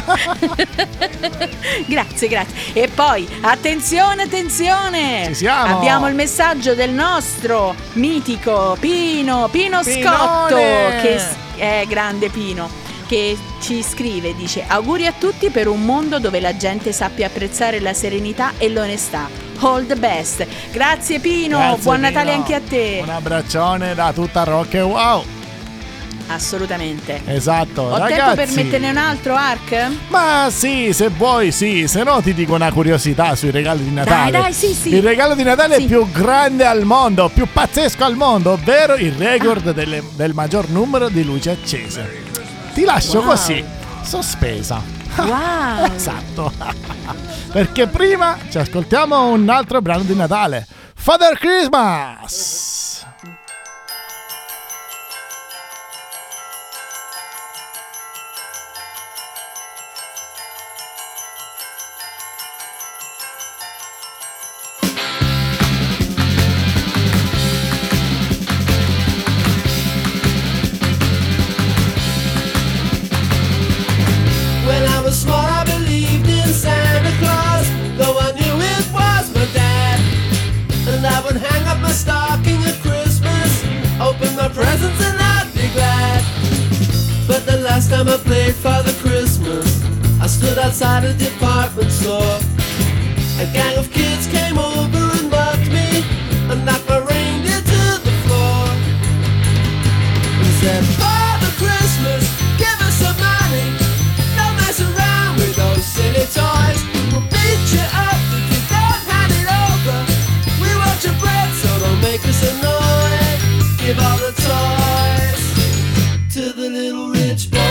Grazie. E poi attenzione, Ci siamo. abbiamo il messaggio del nostro mitico Pino Scotto, che è grande Pino, che ci scrive, dice: auguri a tutti per un mondo dove la gente sappia apprezzare la serenità e l'onestà. All the best. Grazie Pino. Grazie, Buon Natale Pino. anche a te. Un abbraccione da tutta Rock and Wow. Assolutamente. Esatto, Ho ragazzi. tempo per metterne un altro, Ark? Ma sì, se vuoi sì, se no ti dico una curiosità sui regali di Natale. Dai, sì. Il regalo di Natale più grande al mondo, più pazzesco al mondo, ovvero il record del maggior numero di luci accese. Ti lascio Wow. così, sospesa. Wow. Esatto. Perché prima ci ascoltiamo un altro brano di Natale, Father Christmas. When I was small, I believed in Santa Claus, though I knew it was my dad. And I would hang up my stocking at Christmas, open my presents, and I'd be glad. But the last time I played Father Christmas, I stood outside a department store. A gang of kids came over and mugged me and knocked my reindeer to the floor. And said, Father Christmas, give us some money. Don't mess around with those silly toys. We'll beat you up if you don't hand it over. We want your bread, so don't make us annoyed. Give all the toys to the little rich boys.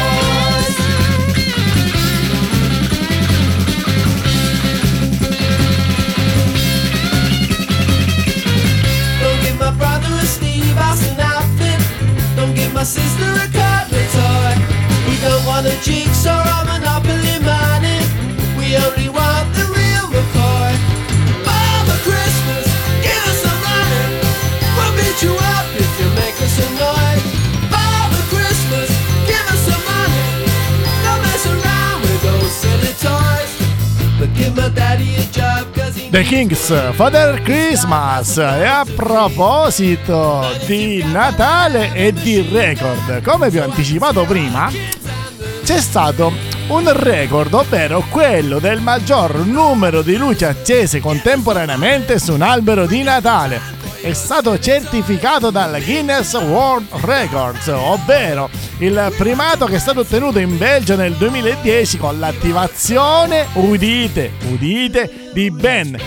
Don't give my brother a Steve Austin outfit. Don't give my sister a cuddly toy. We don't want a jigsaw or Monopoly money. We only want the real McCoy. Father Christmas, give us some money. We'll beat you up if you make us annoyed. Father Christmas, give us some money. Don't mess around with those silly toys. But give my daddy a job 'cause he The Kings, Father Christmas. E a proposito di Natale e di record, come vi ho anticipato prima, c'è stato un record, ovvero quello del maggior numero di luci accese contemporaneamente su un albero di Natale. È stato certificato dal Guinness World Records, ovvero il primato che è stato ottenuto in Belgio nel 2010 con l'attivazione, udite, di ben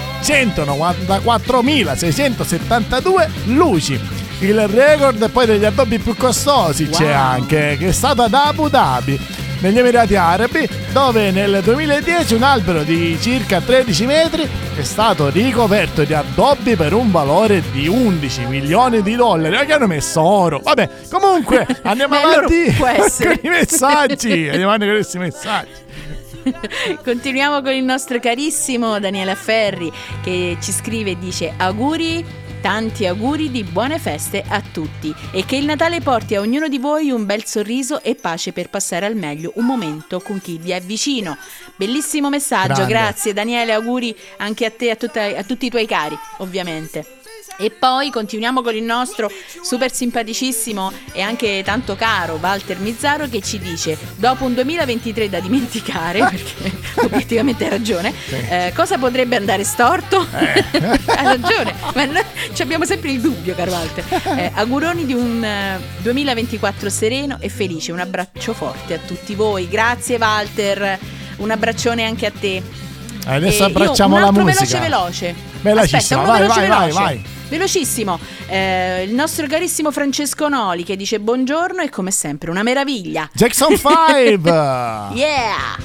194.672 luci. Il record poi degli addobbi più costosi c'è anche, che è stato ad Abu Dhabi, negli Emirati Arabi, dove nel 2010 un albero di circa 13 metri è stato ricoperto di addobbi per un valore di 11 milioni di dollari. Ma che hanno messo oro? Vabbè, comunque andiamo avanti può essere. con i messaggi. Andiamo avanti con questi messaggi. Continuiamo con il nostro carissimo Daniele Ferri che ci scrive e dice: auguri, tanti auguri di buone feste a tutti e che il Natale porti a ognuno di voi un bel sorriso e pace per passare al meglio un momento con chi vi è vicino. Bellissimo messaggio, Grande. grazie Daniele, auguri anche a te e a tutti i tuoi cari, ovviamente. E poi continuiamo con il nostro super simpaticissimo e anche tanto caro Walter Mizzaro, che ci dice: dopo un 2023 da dimenticare, perché obiettivamente hai ragione, cosa potrebbe andare storto? Hai ragione, ma ci abbiamo sempre il dubbio, caro Walter. Auguroni di un 2024 sereno e felice. Un abbraccio forte a tutti voi. Grazie Walter, un abbraccione anche a te. Adesso abbracciamo la musica. Veloce. Velocissimo, Aspetta, vai. Velocissimo, il nostro carissimo Francesco Noli, che dice buongiorno e come sempre una meraviglia. Jackson 5. Yeah.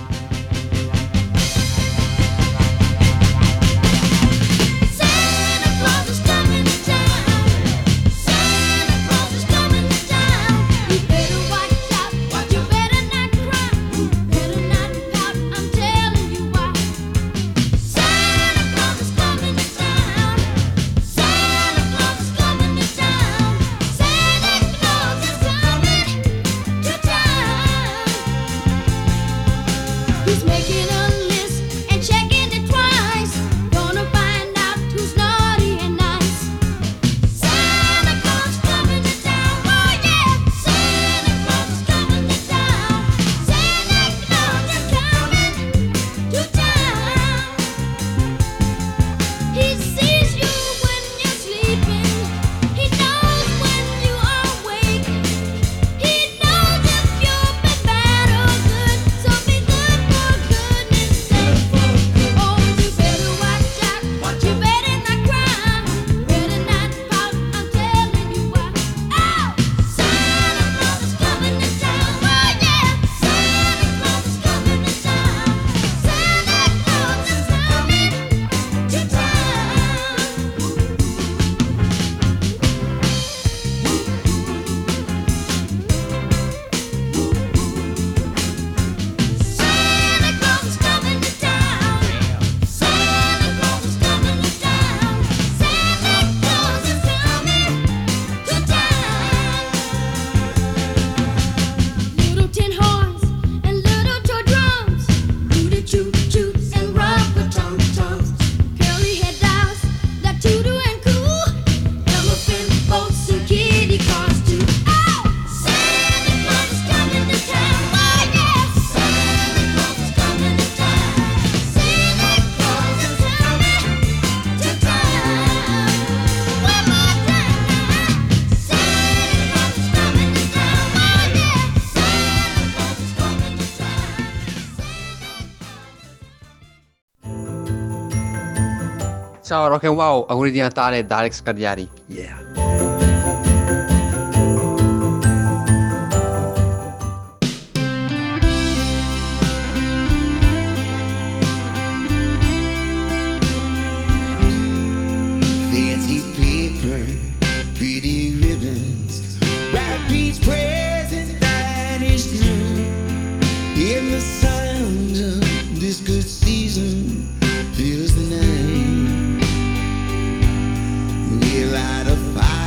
Ciao Rock and Wow, auguri di Natale da Alex Cardiari. Yeah. Fancy paper, pretty ribbons, wrap each present vanished noon. In the sound of this good season fills the night. We light a fire.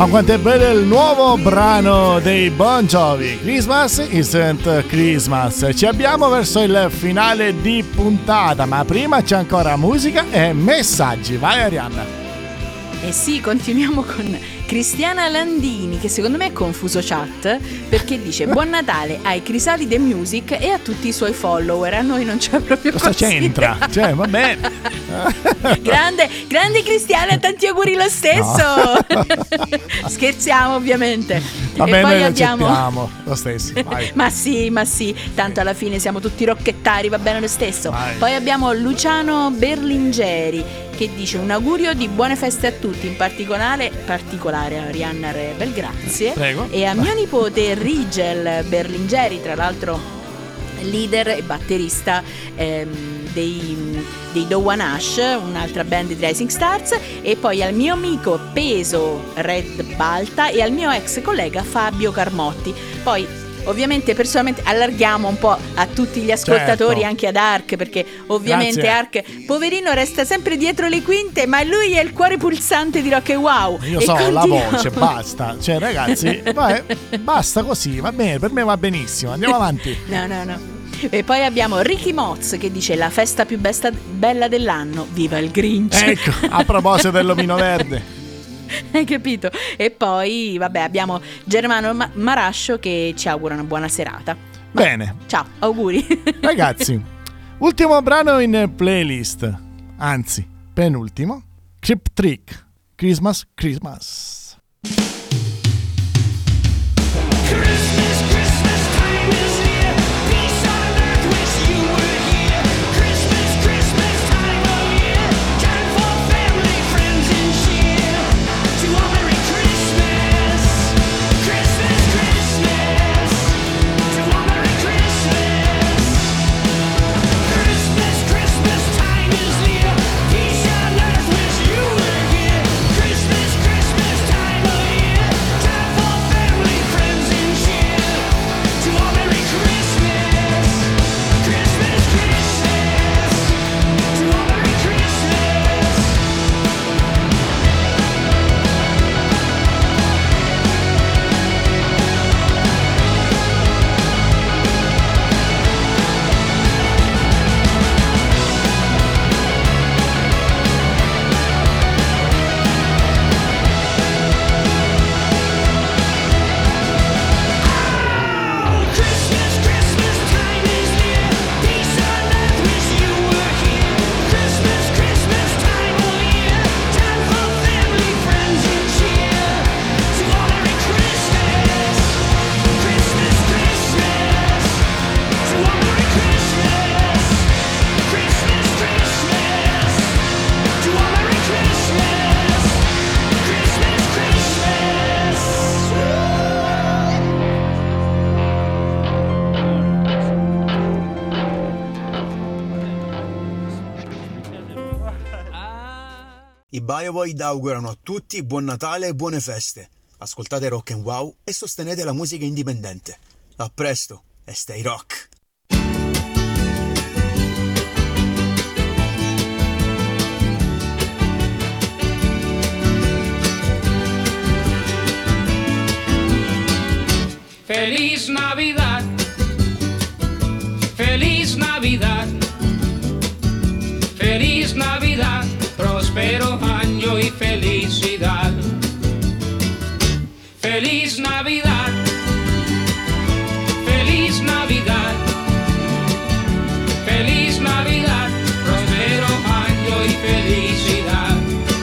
Ma quanto è bello il nuovo brano dei Bon Jovi, Christmas Isn't Christmas. Ci abbiamo verso il finale di puntata, ma prima c'è ancora musica e messaggi. Vai Arianna. Eh sì, continuiamo con Cristiana Landini, che secondo me è confuso chat, perché dice buon Natale ai Crisalide Music e a tutti i suoi follower. A noi non c'è proprio cosa c'entra? Cioè, va bene. grande Cristiana, tanti auguri lo stesso. No. Scherziamo ovviamente. Va bene, e poi noi abbiamo lo stesso. Vai. ma sì, tanto alla fine siamo tutti rocchettari, va bene lo stesso. Vai. Poi abbiamo Luciano Berlingeri che dice un augurio di buone feste a tutti, in particolare a Arianna Rebel, grazie. Prego. E a mio nipote Rigel Berlingeri, tra l'altro leader e batterista dei Dowan Ash, un'altra band di Rising Stars, e poi al mio amico Peso Red Balta e al mio ex collega Fabio Carmotti. Poi ovviamente personalmente allarghiamo un po' a tutti gli ascoltatori, certo, anche ad Ark, perché ovviamente grazie. Ark poverino resta sempre dietro le quinte, ma lui è il cuore pulsante di Rock and Wow. Io e so continua. la voce, basta. Cioè ragazzi, vai, basta così, va bene, per me va benissimo. Andiamo avanti. No. E poi abbiamo Ricky Moz che dice la festa più bella dell'anno, viva il Grinch. Ecco, a proposito dell'omino verde. Hai capito? E poi vabbè abbiamo Germano Marascio che ci augura una buona serata. Bene. Ciao, auguri. Ragazzi, ultimo brano in playlist, anzi penultimo, Chip Trick, Christmas. I BioVoid augurano a tutti buon Natale e buone feste. Ascoltate Rock and Wow e sostenete la musica indipendente. A presto e stay rock! Feliz Navidad, Feliz Navidad, Feliz Navidad, próspero año y felicidad. Feliz Navidad, Feliz Navidad, Feliz Navidad, próspero año y felicidad.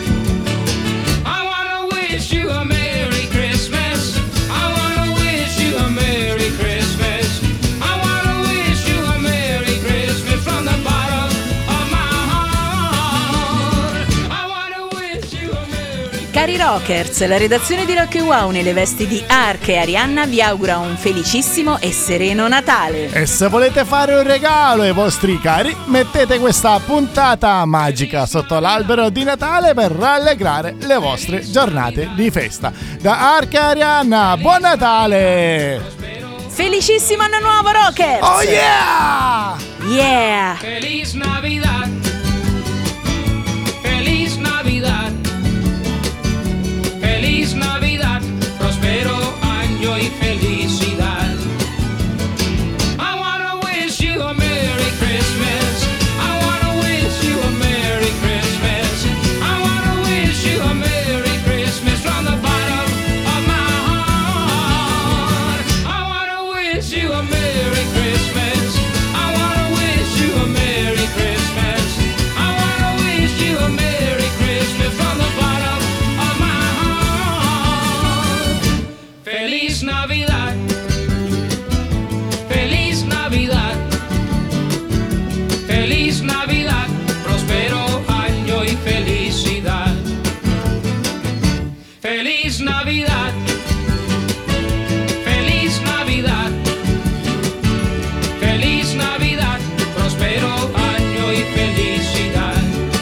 I wanna wish you a Merry Christmas. I wanna wish you a Merry Christmas. I wanna wish you a Merry Christmas from the bottom of my heart. I wanna wish you a Merry Cari Rockers, la redazione di Rock and Wow nelle vesti di Ark e Arianna vi augura un felicissimo e sereno Natale. E se volete fare un regalo ai vostri cari, mettete questa puntata magica sotto l'albero di Natale per rallegrare le vostre giornate di festa. Da Ark e Arianna, buon Natale! Felicissimo anno nuovo, Rockers! Oh yeah! Yeah! Feliz Navidad, Feliz Navidad, Feliz Navidad. you a Merry Christmas. I wanna wish you a Merry Christmas. I wanna wish you a Merry Christmas from the bottom of my heart. Feliz Navidad. Feliz Navidad. Feliz Navidad. Prospero año y felicidad. Feliz Navidad. Feliz Navidad. Feliz Navidad. Prospero año y felicidad.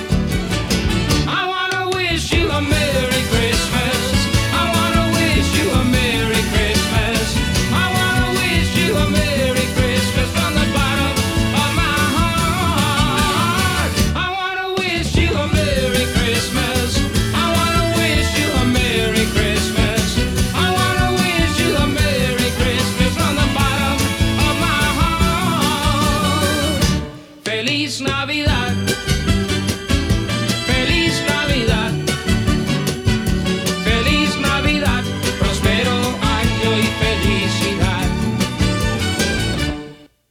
I wanna wish you a Merry Christmas. I wanna wish you a Merry Christmas. I wanna wish you a Merry Christmas from the bottom of my heart. I wanna wish you a Merry Christmas. I wanna wish you a Merry Christmas. I wanna wish you a Merry Christmas from the bottom of my heart. Feliz Navidad.